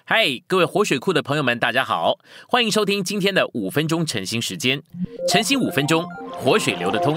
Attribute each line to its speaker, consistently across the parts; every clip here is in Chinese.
Speaker 1: 嗨，各位活水库的朋友们，大家好，欢迎收听今天的5分钟晨兴时间。晨兴5分钟，活水流得通。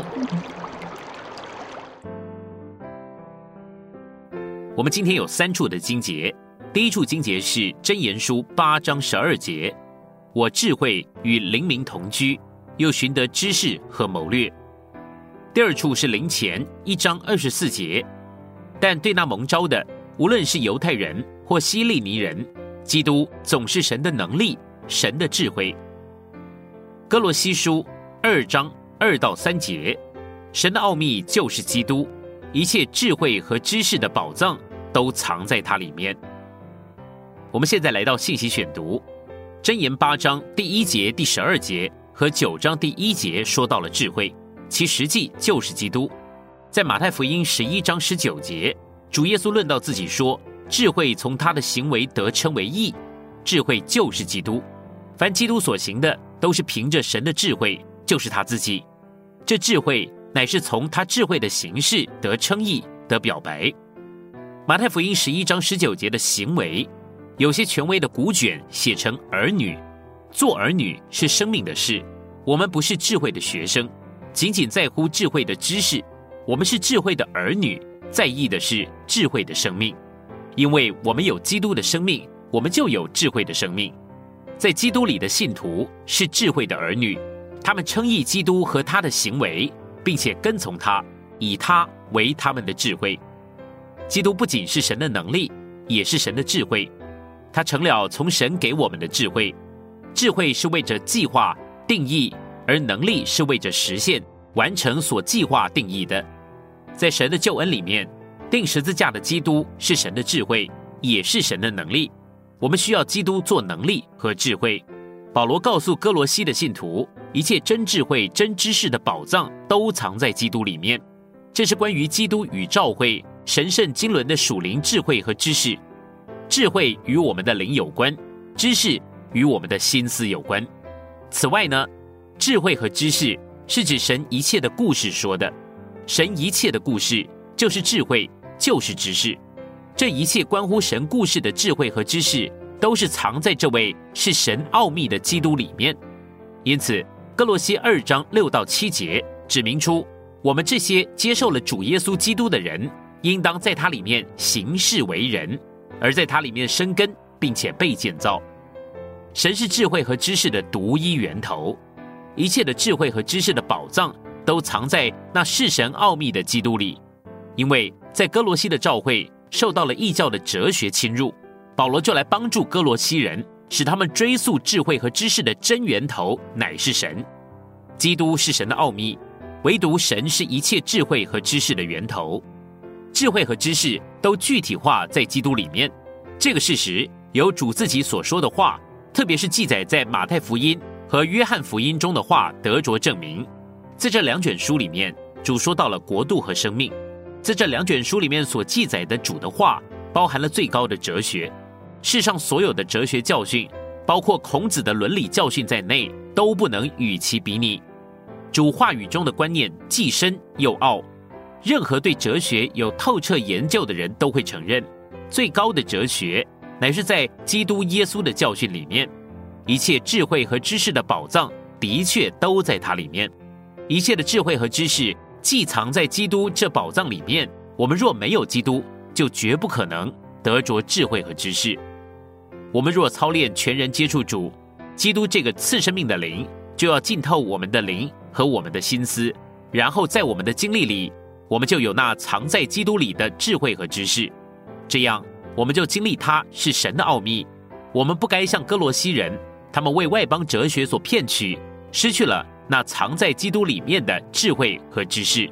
Speaker 1: 我们今天有3处的经节，第一处经节是箴言书8章12节，我智慧与灵明同居，又寻得知识和谋略。第二处是林前1章24节，但对那蒙召的，无论是犹太人或希利尼人，基督总是神的能力，神的智慧。哥罗西书2章2到3节，神的奥秘就是基督，一切智慧和知识的宝藏都藏在它里面。我们现在来到信息选读，箴言8章第1节第12节和9章第1节说到了智慧，其实际就是基督。在马太福音11章19节，主耶稣论到自己说，智慧从他的行为得称为义，智慧就是基督。凡基督所行的，都是凭着神的智慧，就是他自己。这智慧乃是从他智慧的行事得称义，得表白。马太福音11章19节的行为，有些权威的古卷写成儿女，做儿女是生命的事，我们不是智慧的学生，仅仅在乎智慧的知识，我们是智慧的儿女，在意的是智慧的生命。因为我们有基督的生命，我们就有智慧的生命。在基督里的信徒是智慧的儿女，他们称义基督和他的行为，并且跟从他，以他为他们的智慧。基督不仅是神的能力，也是神的智慧，他成了从神给我们的智慧。智慧是为着计划定义，而能力是为着实现完成所计划定义的。在神的救恩里面，钉十字架的基督是神的智慧，也是神的能力。我们需要基督做能力和智慧。保罗告诉哥罗西的信徒，一切真智慧、真知识的宝藏都藏在基督里面。这是关于基督与召会神圣经纶的属灵智慧和知识。智慧与我们的灵有关，知识与我们的心思有关。此外呢，智慧和知识是指神一切的故事说的，神一切的故事就是智慧，就是知识。这一切关乎神故事的智慧和知识，都是藏在这位是神奥秘的基督里面。因此哥罗西2章6到7节指明出，我们这些接受了主耶稣基督的人，应当在他里面行事为人，而在他里面生根，并且被建造。神是智慧和知识的独一源头，一切的智慧和知识的宝藏都藏在那是神奥秘的基督里。因为在哥罗西的教会受到了异教的哲学侵入，保罗就来帮助哥罗西人，使他们追溯智慧和知识的真源头乃是神。基督是神的奥秘，唯独神是一切智慧和知识的源头。智慧和知识都具体化在基督里面，这个事实由主自己所说的话，特别是记载在马太福音和约翰福音中的话得着证明。在这2卷书里面，主说到了国度和生命。在这2卷书里面所记载的主的话，包含了最高的哲学。世上所有的哲学教训，包括孔子的伦理教训在内，都不能与其比拟。主话语中的观念既深又奥，任何对哲学有透彻研究的人都会承认，最高的哲学乃是在基督耶稣的教训里面。一切智慧和知识的宝藏的确都在它里面。一切的智慧和知识既藏在基督这宝藏里面，我们若没有基督，就绝不可能得着智慧和知识。我们若操练全人接触主，基督这个赐生命的灵，就要浸透我们的灵和我们的心思，然后在我们的经历里，我们就有那藏在基督里的智慧和知识。这样我们就经历它是神的奥秘。我们不该像哥罗西人，他们为外邦哲学所骗取，失去了那藏在基督里面的智慧和知识。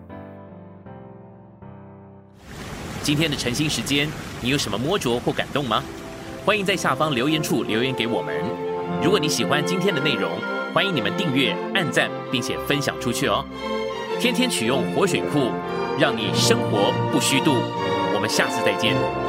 Speaker 1: 今天的晨兴时间，你有什么摸着或感动吗？欢迎在下方留言处留言给我们。如果你喜欢今天的内容，欢迎你们订阅、按赞，并且分享出去哦。天天取用活水库，让你生活不虚度。我们下次再见。